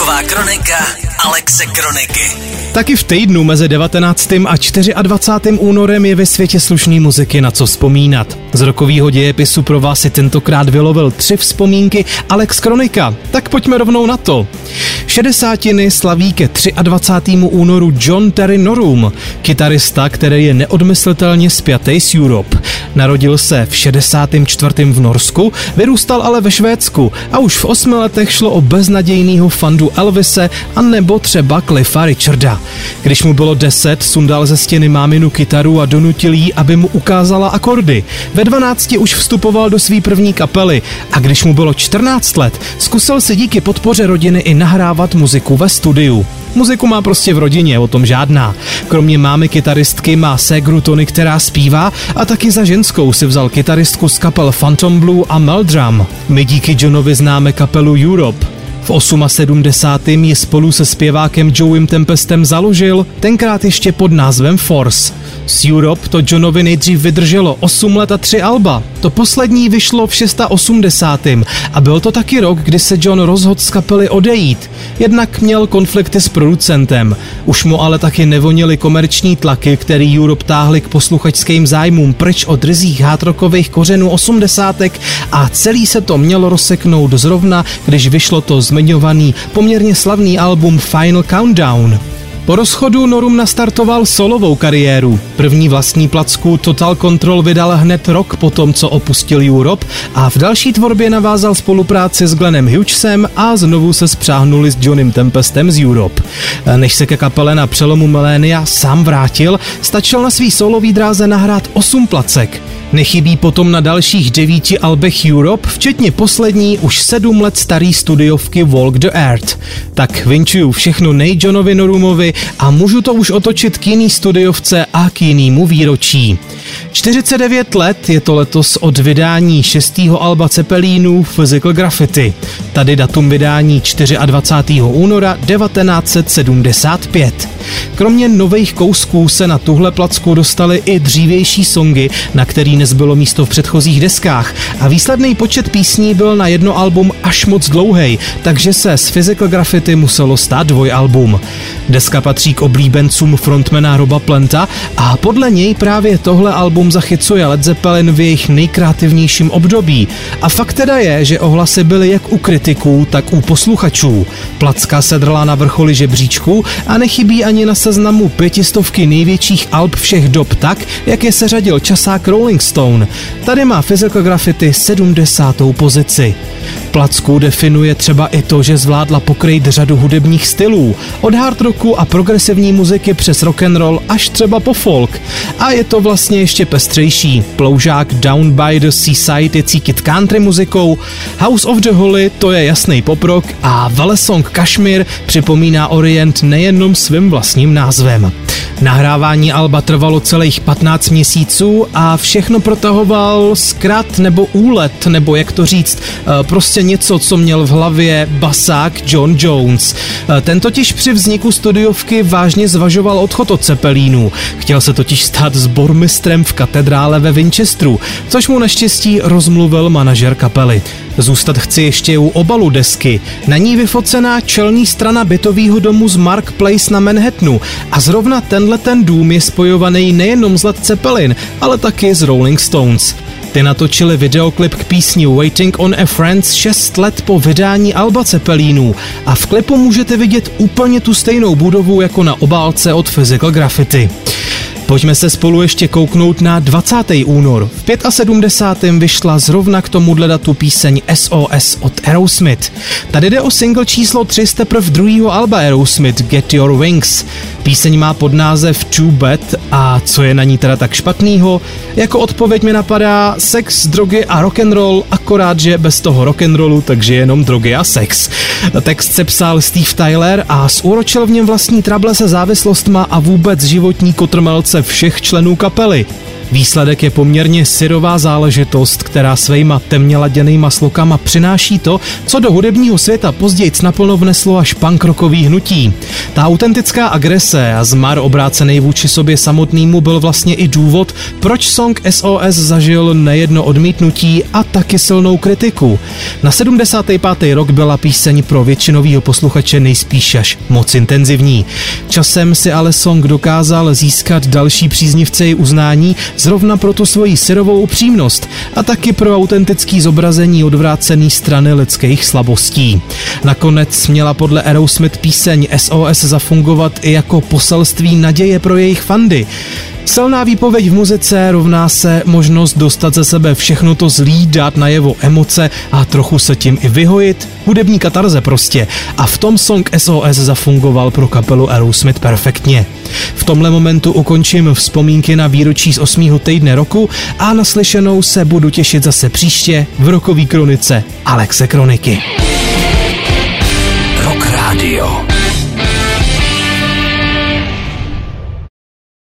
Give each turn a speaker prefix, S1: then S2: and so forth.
S1: Hudebníková kronika Alexe Kroniky.
S2: Taky v týdnu mezi 19. a 24. únorem je ve světě slušný muziky na co vzpomínat. Z rokovýho dějepisu pro vás si tentokrát vylovil 3 vzpomínky Alex Kronika. Tak pojďme rovnou na to. 60. slaví ke 23. únoru John Terry Norum, kytarista, který je neodmyslitelně spjatý s Europe. Narodil se v 64. v Norsku, vyrůstal ale ve Švédsku a už v 8 letech šlo o beznadějnýho fandu Elvise a nebo třeba Cliffa Richarda. Když mu bylo 10, sundal ze stěny máminu kytaru a donutil jí, aby mu ukázala akordy. Ve 12 už vstupoval do své první kapely a když mu bylo 14 let, zkusil si díky podpoře rodiny i nahrávat muziku ve studiu. Muziku má prostě v rodině, o tom žádná. Kromě mámy kytaristky má ségru Tony, která zpívá, a taky za ženskou si vzal kytaristku z kapel Phantom Blue a Meldrum. My díky Johnovi známe kapelu Europe. V 78. ji spolu se zpěvákem Joeym Tempestem založil, tenkrát ještě pod názvem Force. Z Europe to Johnovi nejdřív vydrželo 8 let a 3 alba. To poslední vyšlo v 86. a byl to taky rok, kdy se John rozhodl z kapely odejít. Jednak měl konflikty s producentem. Už mu ale taky nevonily komerční tlaky, který Europe táhly k posluchačským zájmům pryč od ryzích hardrockových kořenů 80. a celý se to mělo rozseknout zrovna, když vyšlo to zmiňovaný, poměrně slavný album Final Countdown. Po rozchodu Norum nastartoval solovou kariéru. První vlastní placku Total Control vydal hned rok potom, co opustil Europe, a v další tvorbě navázal spolupráci s Glennem Hughesem a znovu se spřáhnuli s Johnem Tempestem z Europe. Než se ke kapele na přelomu milénia sám vrátil, stačil na svý solový dráze nahrát 8 placek. Nechybí potom na dalších 9 albech Europe, včetně poslední už 7 let starý studiovky Walk the Earth. Tak vinčuju všechno Johnovi Norumovi a můžu to už otočit k jiný studiovce a k jinému výročí. 49 let je to letos od vydání 6. alba Cepelínů Physical Graffiti. Tady datum vydání 24. února 1975. Kromě nových kousků se na tuhle placku dostaly i dřívější songy, na který nezbylo místo v předchozích deskách, a výsledný počet písní byl na jedno album až moc dlouhej, takže se z Physical Graffiti muselo stát dvojalbum. Deska patří k oblíbencům frontmana Roba Planta a podle něj právě tohle album zachycuje Led Zeppelin v jejich nejkreativnějším období. A fakt teda je, že ohlasy byly jak u kritiků, tak u posluchačů. Placka se drla na vrcholi žebříčku a nechybí ani na seznamu 500 největších alb všech dob tak, jak je seřadil časák Rolling Stone. Tady má Physical Graffiti 70. pozici. Placku definuje třeba i to, že zvládla pokrýt řadu hudebních stylů, od hard rocku a progresivní muziky přes rock'n'roll až třeba po folk. A je to vlastně ještě pestřejší. Ploužák Down by the Seaside je cítit country muzikou, House of the Holy to je jasný poprok a velesong Kashmir připomíná Orient nejenom svým vlastním názvem. Nahrávání alba trvalo celých 15 měsíců a všechno protahoval zkrat nebo úlet, nebo jak to říct, prostě něco, co měl v hlavě basák John Jones. Ten totiž při vzniku studiovky vážně zvažoval odchod od Cepelínů. Chtěl se totiž stát sbormistrem v katedrále ve Winchesteru, což mu naštěstí rozmluvil manažer kapely. Zůstat chci ještě u obalu desky. Na ní vyfocená čelní strana bytového domu z Mark Place na Manhattanu a zrovna tenhle ten dům je spojovaný nejenom s Led Zeppelin, ale taky s Rolling Stones. Ty natočili videoklip k písni Waiting on a Friend 6 let po vydání alba Cepelínů a v klipu můžete vidět úplně tu stejnou budovu jako na obálce od Physical Graffiti. Pojďme se spolu ještě kouknout na 20. únor. V 75. vyšla zrovna k tomuhle datu píseň SOS od Aerosmith. Tady jde o single číslo 3 z teprve druhého alba Aerosmith Get Your Wings. Píseň má podnázev Too Bad a co je na ní teda tak špatnýho? Jako odpověď mi napadá sex, drogy a rock'n'roll, akorát že bez toho rock'n'rollu, takže jenom drogy a sex. Text sepsal Steve Tyler a zúročil v něm vlastní trable se závislostma a vůbec životní kotrmelce všech členů kapely. Výsledek je poměrně syrová záležitost, která svejma temně laděnejma slokama přináší to, co do hudebního světa později naplno vneslo až punk rockový hnutí. Ta autentická agrese a zmar obrácený vůči sobě samotnému byl vlastně i důvod, proč song SOS zažil nejedno odmítnutí a taky silnou kritiku. Na 75. rok byla píseň pro většinovýho posluchače nejspíš až moc intenzivní. Časem si ale song dokázal získat další příznivce i uznání zrovna pro tu svoji syrovou upřímnost a taky pro autentický zobrazení odvrácený strany lidských slabostí. Nakonec měla podle Aerosmith píseň SOS zafungovat i jako poselství naděje pro jejich fandy. Silná výpověď v muzice rovná se možnost dostat ze sebe všechno to zlý, dát najevo emoce a trochu se tím i vyhojit. Hudební katarze prostě. A v tom song SOS zafungoval pro kapelu Aerosmith perfektně. V tomhle momentu ukončím vzpomínky na výročí z 8. týdne roku a naslyšenou se budu těšit zase příště v rokový kronice Alexe Kroniky.
S1: Rock Radio.